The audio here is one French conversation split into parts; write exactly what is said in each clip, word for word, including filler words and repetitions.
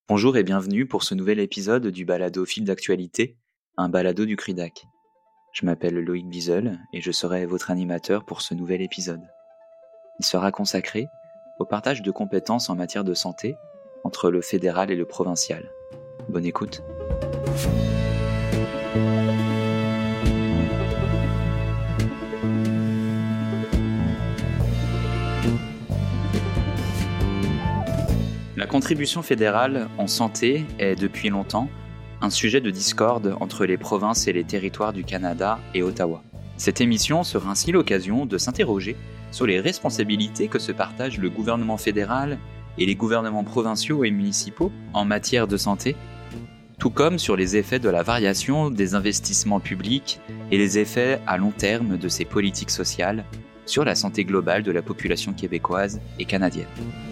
Bonjour et bienvenue pour ce nouvel épisode du balado Fil d'actualité, un balado du C R I D A C. Je m'appelle Loïc Bizel et je serai votre animateur pour ce nouvel épisode. Il sera consacré au partage de compétences en matière de santé entre le fédéral et le provincial. Bonne écoute. La contribution fédérale en santé est depuis longtemps un sujet de discorde entre les provinces et les territoires du Canada et Ottawa. Cette émission sera ainsi l'occasion de s'interroger sur les responsabilités que se partagent le gouvernement fédéral et les gouvernements provinciaux et municipaux en matière de santé, tout comme sur les effets de la variation des investissements publics et les effets à long terme de ces politiques sociales sur la santé globale de la population québécoise et canadienne.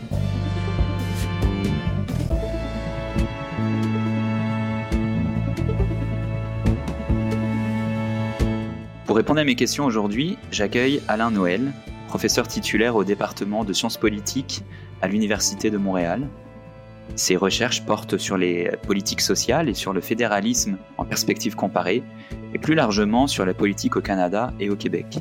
Pour répondre à mes questions aujourd'hui, j'accueille Alain Noël, professeur titulaire au département de sciences politiques à l'Université de Montréal. Ses recherches portent sur les politiques sociales et sur le fédéralisme en perspective comparée, et plus largement sur la politique au Canada et au Québec.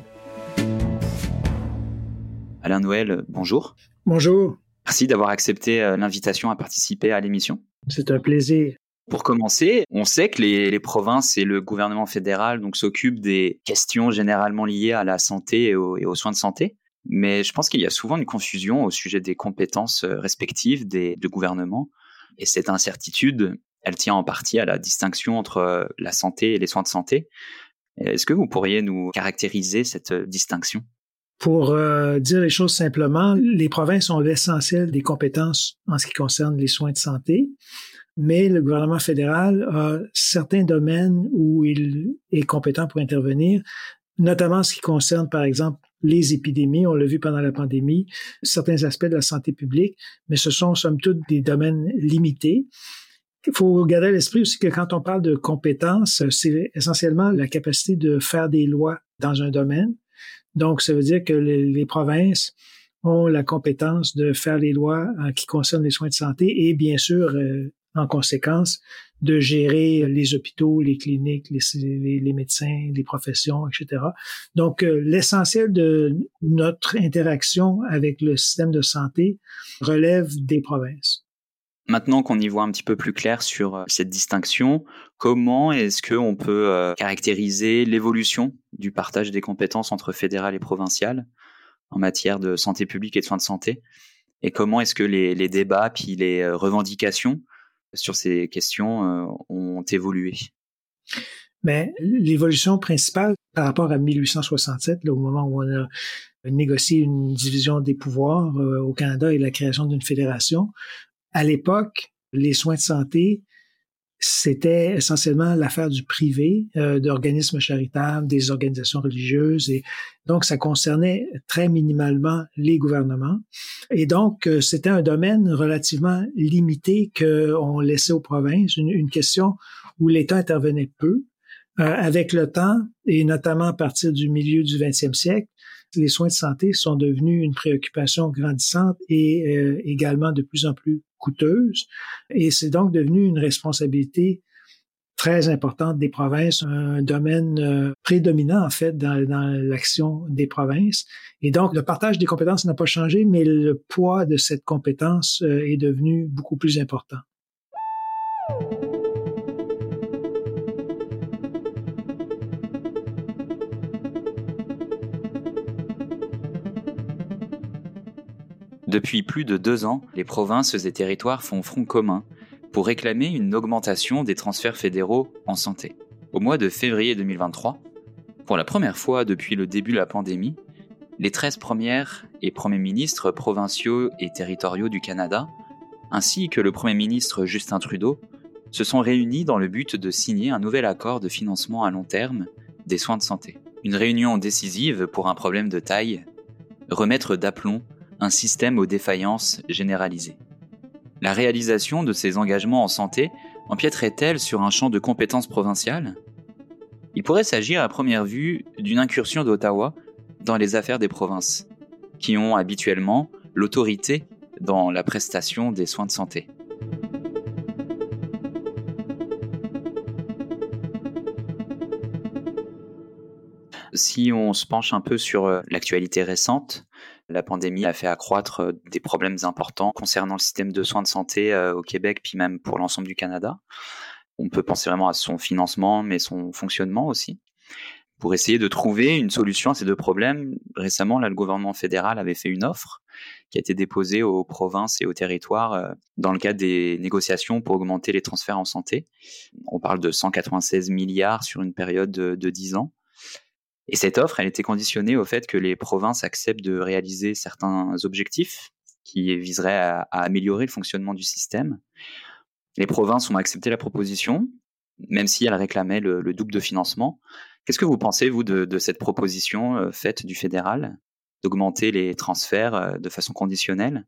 Alain Noël, bonjour. Bonjour. Merci d'avoir accepté l'invitation à participer à l'émission. C'est un plaisir. Pour commencer, on sait que les, les provinces et le gouvernement fédéral donc, s'occupent des questions généralement liées à la santé et aux, et aux soins de santé. Mais je pense qu'il y a souvent une confusion au sujet des compétences respectives des deux gouvernements. Et cette incertitude, elle tient en partie à la distinction entre la santé et les soins de santé. Est-ce que vous pourriez nous caractériser cette distinction ? Pour euh, dire les choses simplement, les provinces ont l'essentiel des compétences en ce qui concerne les soins de santé. Mais le gouvernement fédéral a certains domaines où il est compétent pour intervenir, notamment en ce qui concerne, par exemple, les épidémies. On l'a vu pendant la pandémie, certains aspects de la santé publique, mais ce sont somme toute des domaines limités. Il faut garder à l'esprit aussi que quand on parle de compétences, c'est essentiellement la capacité de faire des lois dans un domaine. Donc, ça veut dire que les, les provinces ont la compétence de faire les lois en qui concernent les soins de santé et, bien sûr, euh, en conséquence, de gérer les hôpitaux, les cliniques, les, les, les médecins, les professions, et cetera. Donc, euh, l'essentiel de notre interaction avec le système de santé relève des provinces. Maintenant qu'on y voit un petit peu plus clair sur cette distinction, comment est-ce qu'on peut euh, caractériser l'évolution du partage des compétences entre fédéral et provincial en matière de santé publique et de soins de santé? Et comment est-ce que les, les débats puis les revendications sur ces questions euh, ont évolué? Mais l'évolution principale par rapport à mille huit cent soixante-sept, là, au moment où on a négocié une division des pouvoirs euh, au Canada et la création d'une fédération, à l'époque, les soins de santé, c'était essentiellement l'affaire du privé, euh, d'organismes charitables, des organisations religieuses, et donc ça concernait très minimalement les gouvernements. Et donc, euh, c'était un domaine relativement limité qu'on laissait aux provinces, une, une question où l'État intervenait peu. Euh, avec le temps, et notamment à partir du milieu du vingtième siècle, les soins de santé sont devenus une préoccupation grandissante et euh, également de plus en plus coûteuse. Et c'est donc devenu une responsabilité très importante des provinces, un domaine euh, prédominant en fait dans, dans l'action des provinces. Et donc, le partage des compétences n'a pas changé, mais le poids de cette compétence euh, est devenu beaucoup plus important. Depuis plus de deux ans, les provinces et territoires font front commun pour réclamer une augmentation des transferts fédéraux en santé. Au mois de février deux mille vingt-trois, pour la première fois depuis le début de la pandémie, les treize premières et premiers ministres provinciaux et territoriaux du Canada, ainsi que le premier ministre Justin Trudeau, se sont réunis dans le but de signer un nouvel accord de financement à long terme des soins de santé. Une réunion décisive pour un problème de taille, remettre d'aplomb un système aux défaillances généralisées. La réalisation de ces engagements en santé empiéterait-elle sur un champ de compétences provinciales ? Il pourrait s'agir à première vue d'une incursion d'Ottawa dans les affaires des provinces, qui ont habituellement l'autorité dans la prestation des soins de santé. Si on se penche un peu sur l'actualité récente, la pandémie a fait accroître des problèmes importants concernant le système de soins de santé au Québec, puis même pour l'ensemble du Canada. On peut penser vraiment à son financement, mais son fonctionnement aussi. Pour essayer de trouver une solution à ces deux problèmes, récemment, là, le gouvernement fédéral avait fait une offre qui a été déposée aux provinces et aux territoires dans le cadre des négociations pour augmenter les transferts en santé. On parle de cent quatre-vingt-seize milliards sur une période de, de dix ans. Et cette offre, elle était conditionnée au fait que les provinces acceptent de réaliser certains objectifs qui viseraient à, à améliorer le fonctionnement du système. Les provinces ont accepté la proposition, même si elles réclamaient le, le double de financement. Qu'est-ce que vous pensez, vous, de, de cette proposition euh, faite du fédéral, d'augmenter les transferts euh, de façon conditionnelle?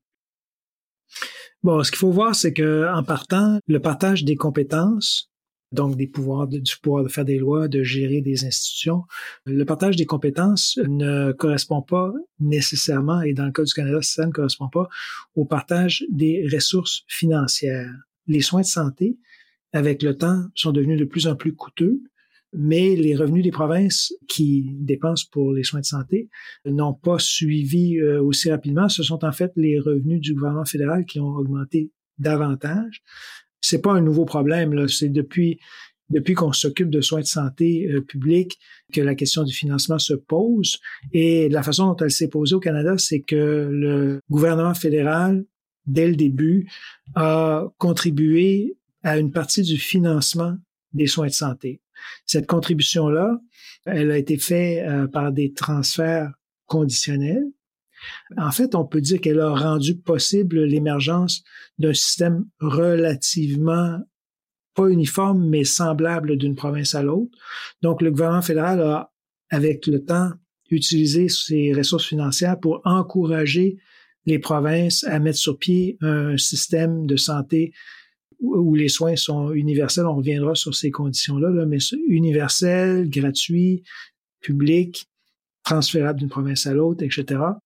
Bon, ce qu'il faut voir, c'est que en partant, le partage des compétences, donc des pouvoirs, de, du pouvoir de faire des lois, de gérer des institutions, le partage des compétences ne correspond pas nécessairement, et dans le cas du Canada, ça ne correspond pas au partage des ressources financières. Les soins de santé, avec le temps, sont devenus de plus en plus coûteux, mais les revenus des provinces qui dépensent pour les soins de santé n'ont pas suivi euh, aussi rapidement. Ce sont en fait les revenus du gouvernement fédéral qui ont augmenté davantage. C'est pas un nouveau problème, là. C'est depuis depuis qu'on s'occupe de soins de santé euh, publics que la question du financement se pose. Et la façon dont elle s'est posée au Canada, c'est que le gouvernement fédéral, dès le début, a contribué à une partie du financement des soins de santé. Cette contribution-là, elle a été faite euh, par des transferts conditionnels. En fait, on peut dire qu'elle a rendu possible l'émergence d'un système relativement pas uniforme, mais semblable d'une province à l'autre. Donc, le gouvernement fédéral a, avec le temps, utilisé ses ressources financières pour encourager les provinces à mettre sur pied un système de santé où les soins sont universels. On reviendra sur ces conditions-là, là, mais universel, gratuit, public, transférable d'une province à l'autre, et cetera.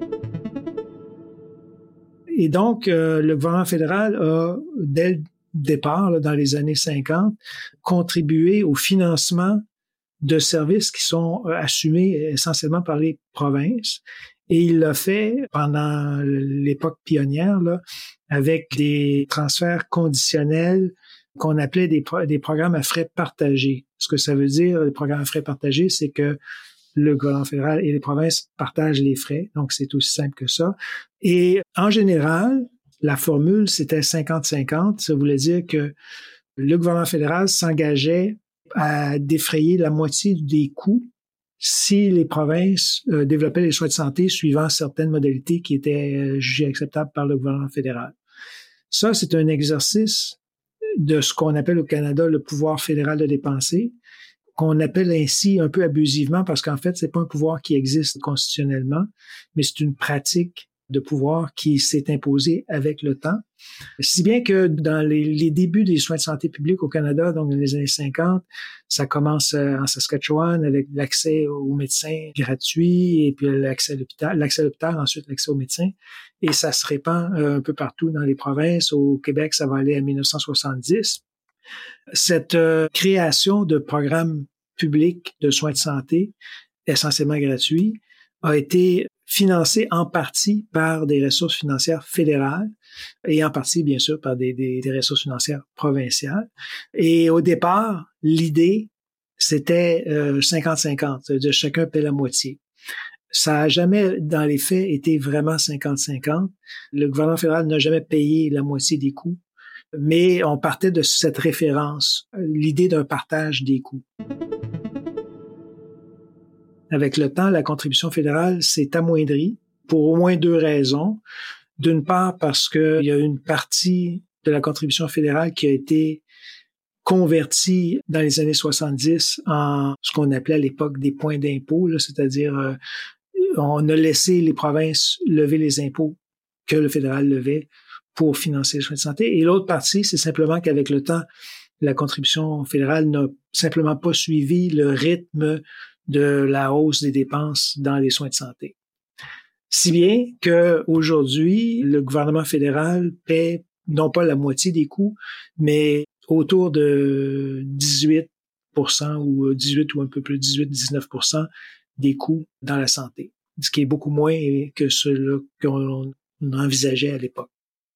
Et donc, euh, le gouvernement fédéral a, dès le départ, là, dans les années cinquante, contribué au financement de services qui sont euh, assumés essentiellement par les provinces. Et il l'a fait pendant l'époque pionnière, là, avec des transferts conditionnels qu'on appelait des, pro- des programmes à frais partagés. Ce que ça veut dire, les programmes à frais partagés, c'est que le gouvernement fédéral et les provinces partagent les frais. Donc, c'est aussi simple que ça. Et en général, la formule, c'était cinquante cinquante. Ça voulait dire que le gouvernement fédéral s'engageait à défrayer la moitié des coûts si les provinces euh, développaient les soins de santé suivant certaines modalités qui étaient euh, jugées acceptables par le gouvernement fédéral. Ça, c'est un exercice de ce qu'on appelle au Canada le pouvoir fédéral de dépenser, qu'on appelle ainsi un peu abusivement parce qu'en fait, c'est pas un pouvoir qui existe constitutionnellement, mais c'est une pratique de pouvoir qui s'est imposée avec le temps. Si bien que dans les, les débuts des soins de santé publics au Canada, donc dans les années cinquante, ça commence en Saskatchewan avec l'accès aux médecins gratuits et puis l'accès à l'hôpital, l'accès à l'hôpital, ensuite l'accès aux médecins. Et ça se répand un peu partout dans les provinces. Au Québec, ça va aller à dix-neuf cent soixante-dix. Cette euh, création de programmes publics de soins de santé, essentiellement gratuits, a été financée en partie par des ressources financières fédérales et en partie, bien sûr, par des, des, des ressources financières provinciales. Et au départ, l'idée, c'était euh, cinquante cinquante, c'est-à-dire chacun paie la moitié. Ça n'a jamais, dans les faits, été vraiment cinquante cinquante. Le gouvernement fédéral n'a jamais payé la moitié des coûts, mais on partait de cette référence, l'idée d'un partage des coûts. Avec le temps, la contribution fédérale s'est amoindrie pour au moins deux raisons. D'une part, parce qu'il y a une partie de la contribution fédérale qui a été convertie dans les années soixante-dix en ce qu'on appelait à l'époque des points d'impôt, là, c'est-à-dire euh, on a laissé les provinces lever les impôts que le fédéral levait pour financer les soins de santé. Et l'autre partie, c'est simplement qu'avec le temps, la contribution fédérale n'a simplement pas suivi le rythme de la hausse des dépenses dans les soins de santé. Si bien qu'aujourd'hui, le gouvernement fédéral paie non pas la moitié des coûts, mais autour de dix-huit pour cent ou dix-huit ou un peu plus, dix-huit à dix-neuf pour cent des coûts dans la santé, ce qui est beaucoup moins que ce qu'on envisageait à l'époque.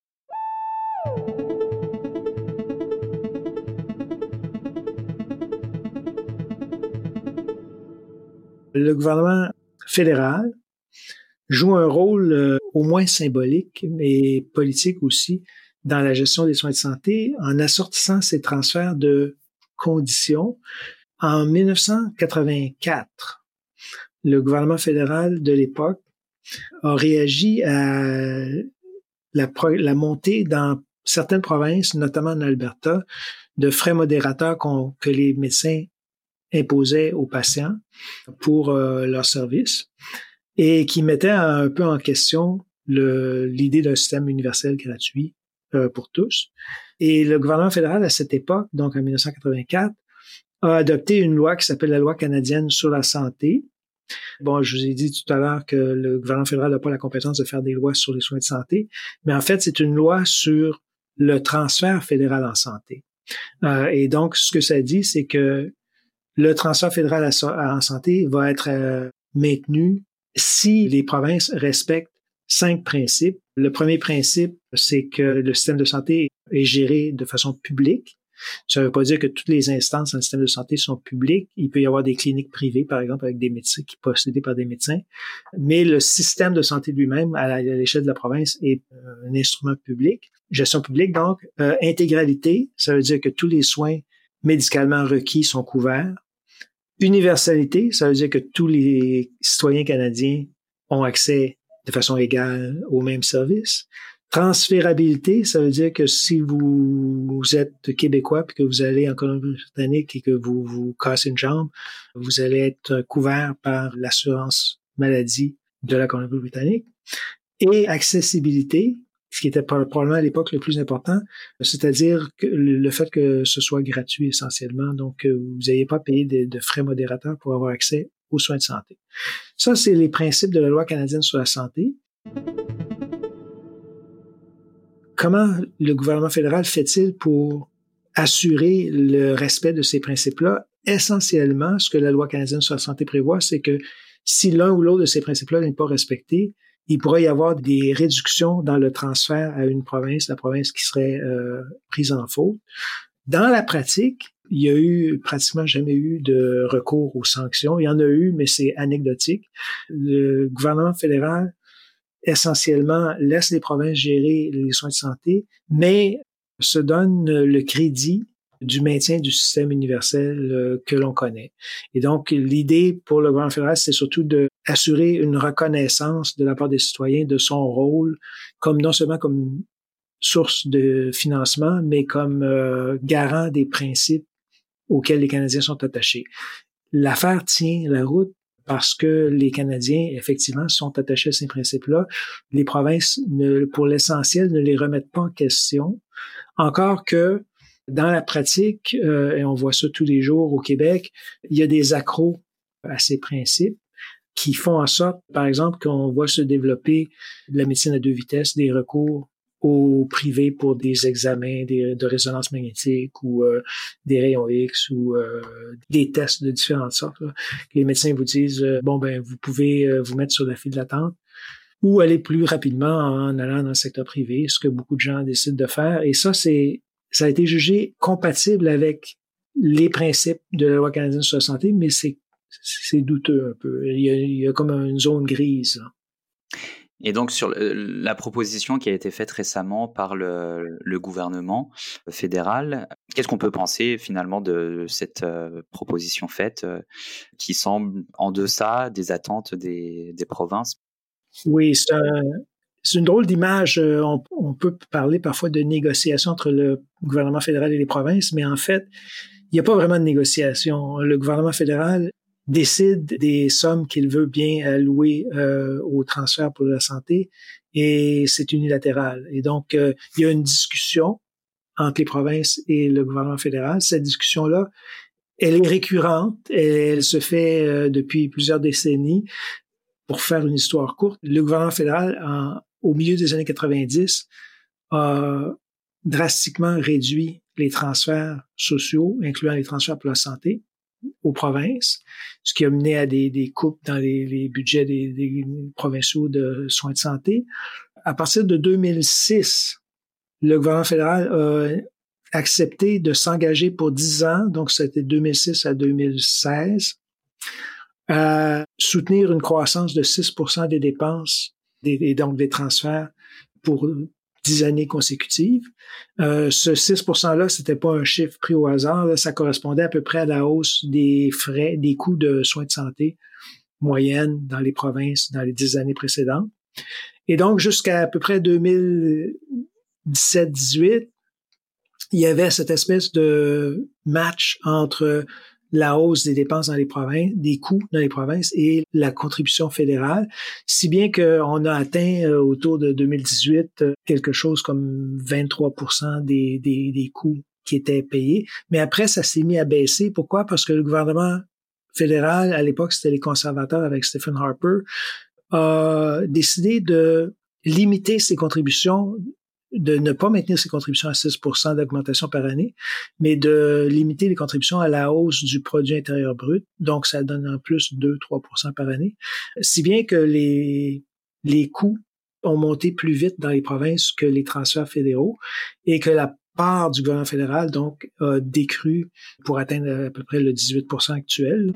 Le gouvernement fédéral joue un rôle euh, au moins symbolique, mais politique aussi, dans la gestion des soins de santé en assortissant ces transferts de conditions. En dix-neuf cent quatre-vingt-quatre, le gouvernement fédéral de l'époque a réagi à la, la montée dans certaines provinces, notamment en Alberta, de frais modérateurs qu'on, que les médecins imposaient aux patients pour euh, leurs services et qui mettaient un peu en question le, l'idée d'un système universel gratuit euh, pour tous. Et le gouvernement fédéral, à cette époque, donc en dix-neuf cent quatre-vingt-quatre, a adopté une loi qui s'appelle la Loi canadienne sur la santé. Bon, je vous ai dit tout à l'heure que le gouvernement fédéral n'a pas la compétence de faire des lois sur les soins de santé, mais en fait, c'est une loi sur le transfert fédéral en santé. Euh, et donc, ce que ça dit, c'est que le transfert fédéral en santé va être euh, maintenu si les provinces respectent cinq principes. Le premier principe, c'est que le système de santé est géré de façon publique. Ça ne veut pas dire que toutes les instances dans le système de santé sont publiques. Il peut y avoir des cliniques privées, par exemple, avec des médecins qui sont possédés par des médecins. Mais le système de santé lui-même, à l'échelle de la province, est un instrument public. Gestion publique, donc, euh, intégralité, ça veut dire que tous les soins médicalement requis sont couverts. Universalité, ça veut dire que tous les citoyens canadiens ont accès de façon égale aux mêmes services. Transférabilité, ça veut dire que si vous, vous êtes Québécois puis que vous allez en Colombie-Britannique et que vous vous cassez une jambe, vous allez être couvert par l'assurance maladie de la Colombie-Britannique. Et accessibilité, ce qui était probablement à l'époque le plus important, c'est-à-dire que le fait que ce soit gratuit essentiellement, donc vous n'ayez pas payé de, de frais modérateurs pour avoir accès aux soins de santé. Ça, c'est les principes de la Loi canadienne sur la santé. Comment le gouvernement fédéral fait-il pour assurer le respect de ces principes-là? Essentiellement, ce que la Loi canadienne sur la santé prévoit, c'est que si l'un ou l'autre de ces principes-là n'est pas respecté, il pourrait y avoir des réductions dans le transfert à une province, la province qui serait euh, prise en faute. Dans la pratique, il y a eu pratiquement jamais eu de recours aux sanctions. Il y en a eu, mais c'est anecdotique. Le gouvernement fédéral, essentiellement, laisse les provinces gérer les soins de santé, mais se donne le crédit du maintien du système universel euh, que l'on connaît. Et donc, l'idée pour le gouvernement fédéral, c'est surtout d'assurer une reconnaissance de la part des citoyens de son rôle, comme non seulement comme source de financement, mais comme euh, garant des principes auxquels les Canadiens sont attachés. L'affaire tient la route parce que les Canadiens, effectivement, sont attachés à ces principes-là. Les provinces, ne, pour l'essentiel, ne les remettent pas en question. Encore que, dans la pratique, euh, et on voit ça tous les jours au Québec, il y a des accros à ces principes qui font en sorte, par exemple, qu'on voit se développer de la médecine à deux vitesses, des recours au privé pour des examens des, de résonance magnétique ou euh, des rayons X ou euh, des tests de différentes sortes. Là. Les médecins vous disent, euh, bon, ben vous pouvez euh, vous mettre sur la file d'attente ou aller plus rapidement en allant dans le secteur privé, ce que beaucoup de gens décident de faire. Et ça, c'est ça a été jugé compatible avec les principes de la Loi canadienne sur la santé, mais c'est, c'est douteux un peu. Il y a, il y a comme une zone grise. Là. Et donc, sur la proposition qui a été faite récemment par le, le gouvernement fédéral, qu'est-ce qu'on peut penser finalement de cette euh, proposition faite euh, qui semble en deçà des attentes des, des provinces? Oui, c'est un, C'est une drôle d'image. On, on peut parler parfois de négociation entre le gouvernement fédéral et les provinces, mais en fait, il n'y a pas vraiment de négociation. Le gouvernement fédéral décide des sommes qu'il veut bien allouer euh, au transfert pour la santé et c'est unilatéral. Et donc, euh, il y a une discussion entre les provinces et le gouvernement fédéral. Cette discussion-là, elle est récurrente. Elle se fait euh, depuis plusieurs décennies. Pour faire une histoire courte, le gouvernement fédéral, en, au milieu des années quatre-vingt-dix, a drastiquement réduit les transferts sociaux, incluant les transferts pour la santé, aux provinces, ce qui a mené à des, des coupes dans les, les budgets des, des provinciaux de soins de santé. À partir de deux mille six, le gouvernement fédéral a accepté de s'engager pour dix ans, donc c'était deux mille six à deux mille seize, à soutenir une croissance de six pour cent des dépenses des, et donc des transferts pour dix années consécutives. Euh, ce six pour cent-là, c'était pas un chiffre pris au hasard, là, ça correspondait à peu près à la hausse des frais, des coûts de soins de santé moyenne dans les provinces dans les dix années précédentes. Et donc, jusqu'à à peu près deux mille dix-sept dix-huit, il y avait cette espèce de match entre la hausse des dépenses dans les provinces, des coûts dans les provinces et la contribution fédérale, si bien qu'on a atteint euh, autour de deux mille dix-huit euh, quelque chose comme vingt-trois pour cent des, des, des coûts qui étaient payés. Mais après, ça s'est mis à baisser. Pourquoi? Parce que le gouvernement fédéral, à l'époque, c'était les conservateurs avec Stephen Harper, a décidé de limiter ses contributions, de ne pas maintenir ses contributions à six pour cent d'augmentation par année, mais de limiter les contributions à la hausse du produit intérieur brut. Donc, ça donne en plus deux à trois pour cent par année. Si bien que les, les coûts ont monté plus vite dans les provinces que les transferts fédéraux et que la part du gouvernement fédéral, donc, a décru pour atteindre à peu près le dix-huit pour cent actuel.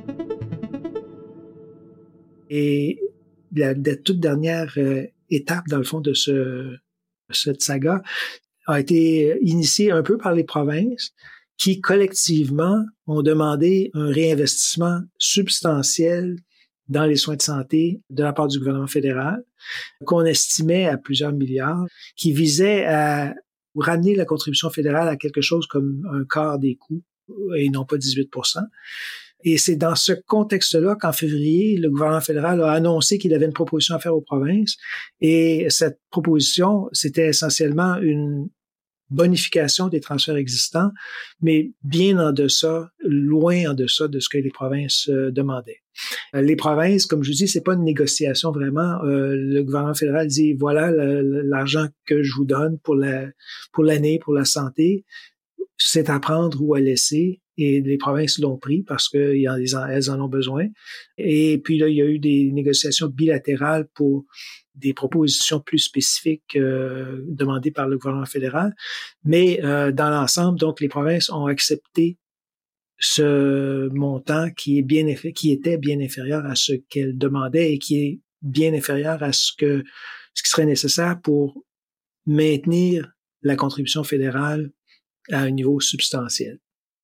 Et la, la toute dernière euh, étape, dans le fond, de ce cette saga a été initiée un peu par les provinces qui, collectivement, ont demandé un réinvestissement substantiel dans les soins de santé de la part du gouvernement fédéral, qu'on estimait à plusieurs milliards, qui visait à ramener la contribution fédérale à quelque chose comme un quart des coûts et non pas dix-huit pour cent. Et c'est dans ce contexte-là qu'en février, le gouvernement fédéral a annoncé qu'il avait une proposition à faire aux provinces. Et cette proposition, c'était essentiellement une bonification des transferts existants, mais bien en deçà, loin en deçà de ce que les provinces euh, demandaient. Euh, les provinces, comme je vous dis, c'est pas une négociation vraiment. Euh, le gouvernement fédéral dit, voilà le, l'argent que je vous donne pour la, pour l'année, pour la santé, c'est à prendre ou à laisser. Et les provinces l'ont pris parce qu'elles en ont besoin. Et puis là, il y a eu des négociations bilatérales pour des propositions plus spécifiques euh, demandées par le gouvernement fédéral. Mais euh, dans l'ensemble, donc, les provinces ont accepté ce montant qui est bien qui était bien inférieur à ce qu'elles demandaient et qui est bien inférieur à ce que ce qui serait nécessaire pour maintenir la contribution fédérale à un niveau substantiel.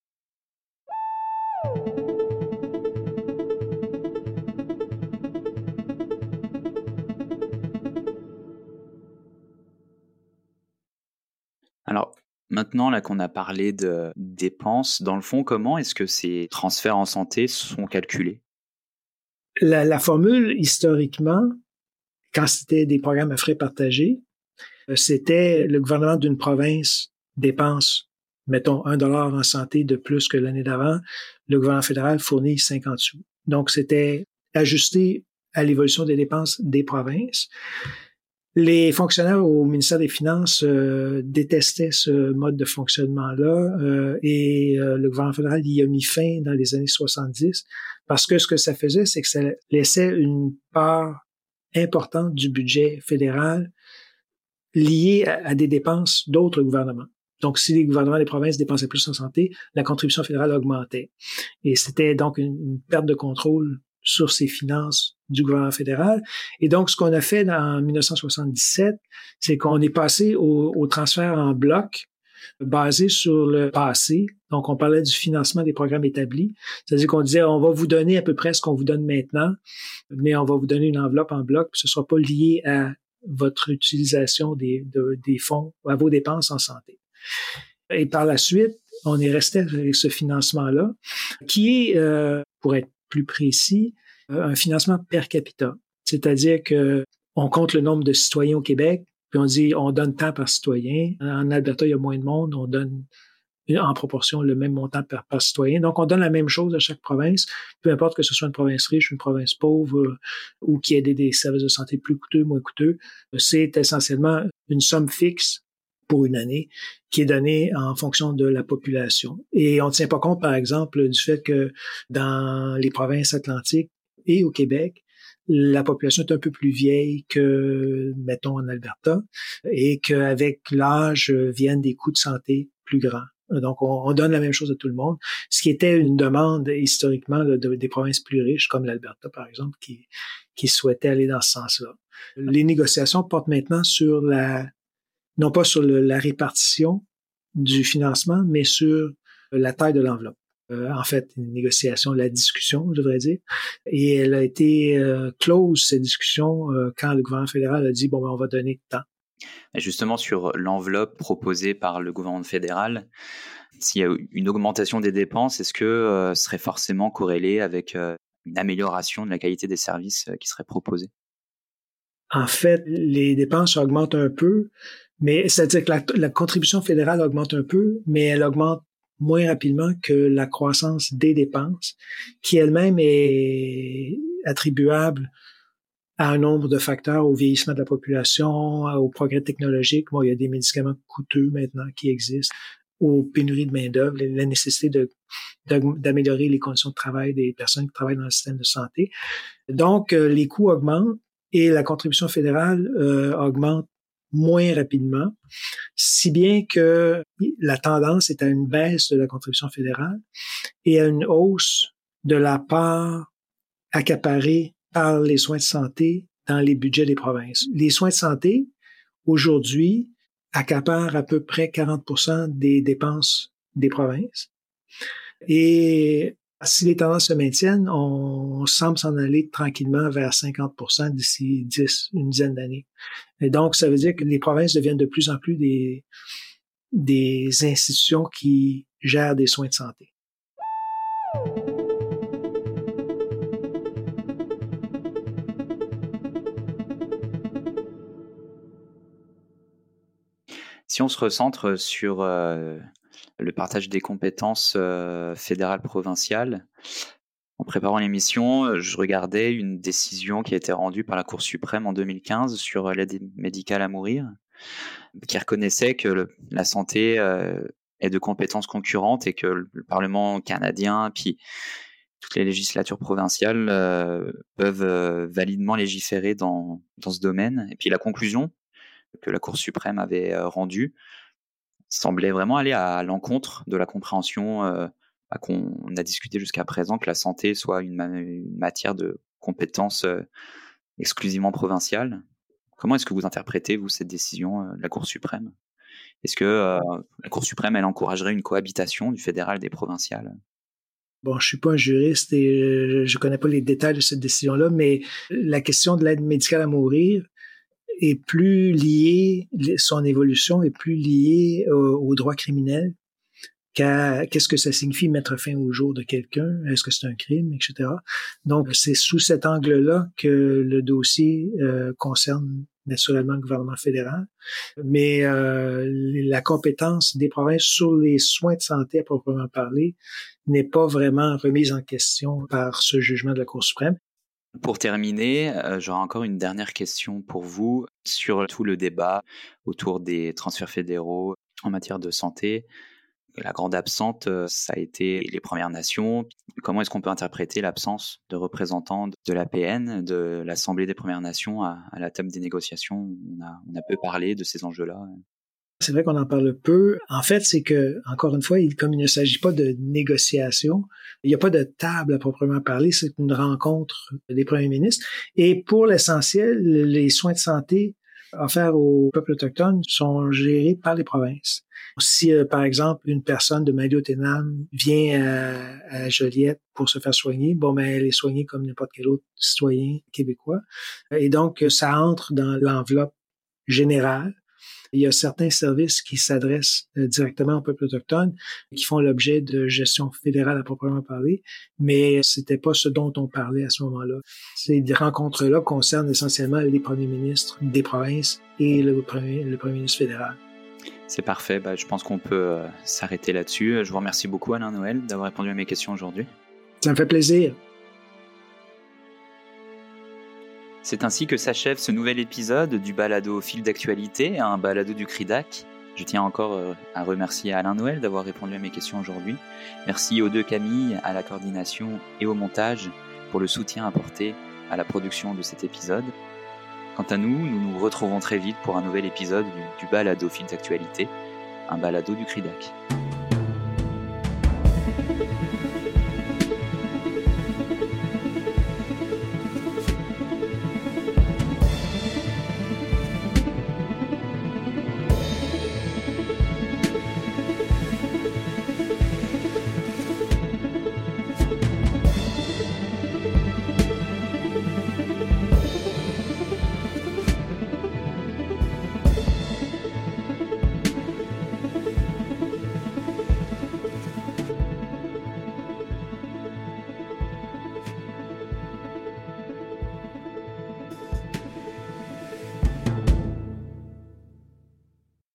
Alors, maintenant là qu'on a parlé de dépenses, dans le fond, comment est-ce que ces transferts en santé sont calculés? La, la formule, historiquement, quand c'était des programmes à frais partagés, c'était le gouvernement d'une province dépense, mettons, un dollar en santé de plus que l'année d'avant, le gouvernement fédéral fournit cinquante sous. Donc, c'était ajusté à l'évolution des dépenses des provinces. Les fonctionnaires au ministère des Finances euh, détestaient ce mode de fonctionnement-là euh, et euh, le gouvernement fédéral y a mis fin dans les années soixante-dix parce que ce que ça faisait, c'est que ça laissait une part importante du budget fédéral liée à, à des dépenses d'autres gouvernements. Donc, si les gouvernements des provinces dépensaient plus en santé, la contribution fédérale augmentait. Et c'était donc une, une perte de contrôle sur ces finances du gouvernement fédéral. Et donc, ce qu'on a fait en dix-neuf cent soixante-dix-sept, c'est qu'on est passé au, au transfert en bloc basé sur le passé. Donc, on parlait du financement des programmes établis. C'est-à-dire qu'on disait, on va vous donner à peu près ce qu'on vous donne maintenant, mais on va vous donner une enveloppe en bloc, puis ce ne sera pas lié à votre utilisation des, de, des fonds, à vos dépenses en santé. Et par la suite, on est resté avec ce financement-là, qui est, euh, pour être plus précis, euh, un financement per capita. C'est-à-dire que on compte le nombre de citoyens au Québec, puis on dit on donne tant par citoyen. En Alberta, il y a moins de monde, on donne en proportion le même montant par, par citoyen. Donc, on donne la même chose à chaque province, peu importe que ce soit une province riche, une province pauvre, euh, ou qui ait des, des services de santé plus coûteux, moins coûteux. C'est essentiellement une somme fixe pour une année, qui est donné en fonction de la population. Et on ne tient pas compte, par exemple, du fait que dans les provinces atlantiques et au Québec, la population est un peu plus vieille que, mettons, en Alberta, et qu'avec l'âge viennent des coûts de santé plus grands. Donc, on, on donne la même chose à tout le monde, ce qui était une demande historiquement là, de, des provinces plus riches, comme l'Alberta, par exemple, qui, qui souhaitaient aller dans ce sens-là. Les négociations portent maintenant sur la, non pas sur le, la répartition du financement, mais sur la taille de l'enveloppe. Euh, en fait, une négociation, la discussion, je devrais dire. Et elle a été euh, close, cette discussion, euh, quand le gouvernement fédéral a dit, bon, ben, on va donner tant. Justement, sur l'enveloppe proposée par le gouvernement fédéral, s'il y a une augmentation des dépenses, est-ce que euh, ce serait forcément corrélé avec euh, une amélioration de la qualité des services euh, qui serait proposée? En fait, les dépenses augmentent un peu, mais c'est-à-dire que la, la contribution fédérale augmente un peu, mais elle augmente moins rapidement que la croissance des dépenses, qui elle-même est attribuable à un nombre de facteurs, au vieillissement de la population, au progrès technologique. Bon, il y a des médicaments coûteux maintenant qui existent, aux pénuries de main-d'œuvre, la nécessité de, de, d'améliorer les conditions de travail des personnes qui travaillent dans le système de santé. Donc, les coûts augmentent et la contribution fédérale euh, augmente moins rapidement, si bien que la tendance est à une baisse de la contribution fédérale et à une hausse de la part accaparée par les soins de santé dans les budgets des provinces. Les soins de santé, aujourd'hui, accaparent à peu près quarante pour cent des dépenses des provinces. Et si les tendances se maintiennent, on semble s'en aller tranquillement vers cinquante pour cent d'ici dix, une dizaine d'années. Et donc, ça veut dire que les provinces deviennent de plus en plus des, des institutions qui gèrent des soins de santé. Si on se recentre sur euh, le partage des compétences euh, fédérales provinciales, en préparant l'émission, je regardais une décision qui a été rendue par la Cour suprême en deux mille quinze sur l'aide médicale à mourir, qui reconnaissait que le, la santé euh, est de compétences concurrentes et que le, le Parlement canadien, puis toutes les législatures provinciales euh, peuvent euh, validement légiférer dans, dans ce domaine. Et puis la conclusion que la Cour suprême avait euh, rendue semblait vraiment aller à l'encontre de la compréhension euh, qu'on a discuté jusqu'à présent, que la santé soit une, ma- une matière de compétences euh, exclusivement provinciales. Comment est-ce que vous interprétez, vous, cette décision euh, de la Cour suprême? Est-ce que euh, la Cour suprême, elle encouragerait une cohabitation du fédéral et des provinciales? Bon, je suis pas un juriste et je connais pas les détails de cette décision-là, mais la question de l'aide médicale à mourir est plus liée, son évolution est plus liée au, au droit criminel qu'à qu'est-ce que ça signifie mettre fin au jour de quelqu'un, est-ce que c'est un crime, et cetera. Donc, c'est sous cet angle-là que le dossier euh, concerne naturellement le gouvernement fédéral, mais euh, la compétence des provinces sur les soins de santé à proprement parler n'est pas vraiment remise en question par ce jugement de la Cour suprême. Pour terminer, euh, j'aurai encore une dernière question pour vous sur tout le débat autour des transferts fédéraux en matière de santé. La grande absente, ça a été les Premières Nations. Comment est-ce qu'on peut interpréter l'absence de représentants de l'A P N, de l'Assemblée des Premières Nations à, à la table des négociations? On a, on a peu parlé de ces enjeux-là. C'est vrai qu'on en parle peu. En fait, c'est que, encore une fois, il, comme il ne s'agit pas de négociation, il n'y a pas de table à proprement parler, c'est une rencontre des premiers ministres. Et pour l'essentiel, les soins de santé offerts aux peuples autochtones sont gérés par les provinces. Si, euh, par exemple, une personne de Maliotenam vient à, à Joliette pour se faire soigner, bon, ben, elle est soignée comme n'importe quel autre citoyen québécois. Et donc, ça entre dans l'enveloppe générale. Il y a certains services qui s'adressent directement au peuple autochtone, qui font l'objet de gestion fédérale à proprement parler, mais c'était pas ce dont on parlait à ce moment-là. Ces rencontres-là concernent essentiellement les premiers ministres des provinces et le premier, le premier ministre fédéral. C'est parfait. Bah, je pense qu'on peut euh, s'arrêter là-dessus. Je vous remercie beaucoup, Alain Noël, d'avoir répondu à mes questions aujourd'hui. Ça me fait plaisir. C'est ainsi que s'achève ce nouvel épisode du balado Fil d'actualité, un balado du C R I D A C. Je tiens encore à remercier Alain Noël d'avoir répondu à mes questions aujourd'hui. Merci aux deux Camille, à la coordination et au montage pour le soutien apporté à la production de cet épisode. Quant à nous, nous nous retrouvons très vite pour un nouvel épisode du, du balado Fil d'actualité, un balado du C R I D A C.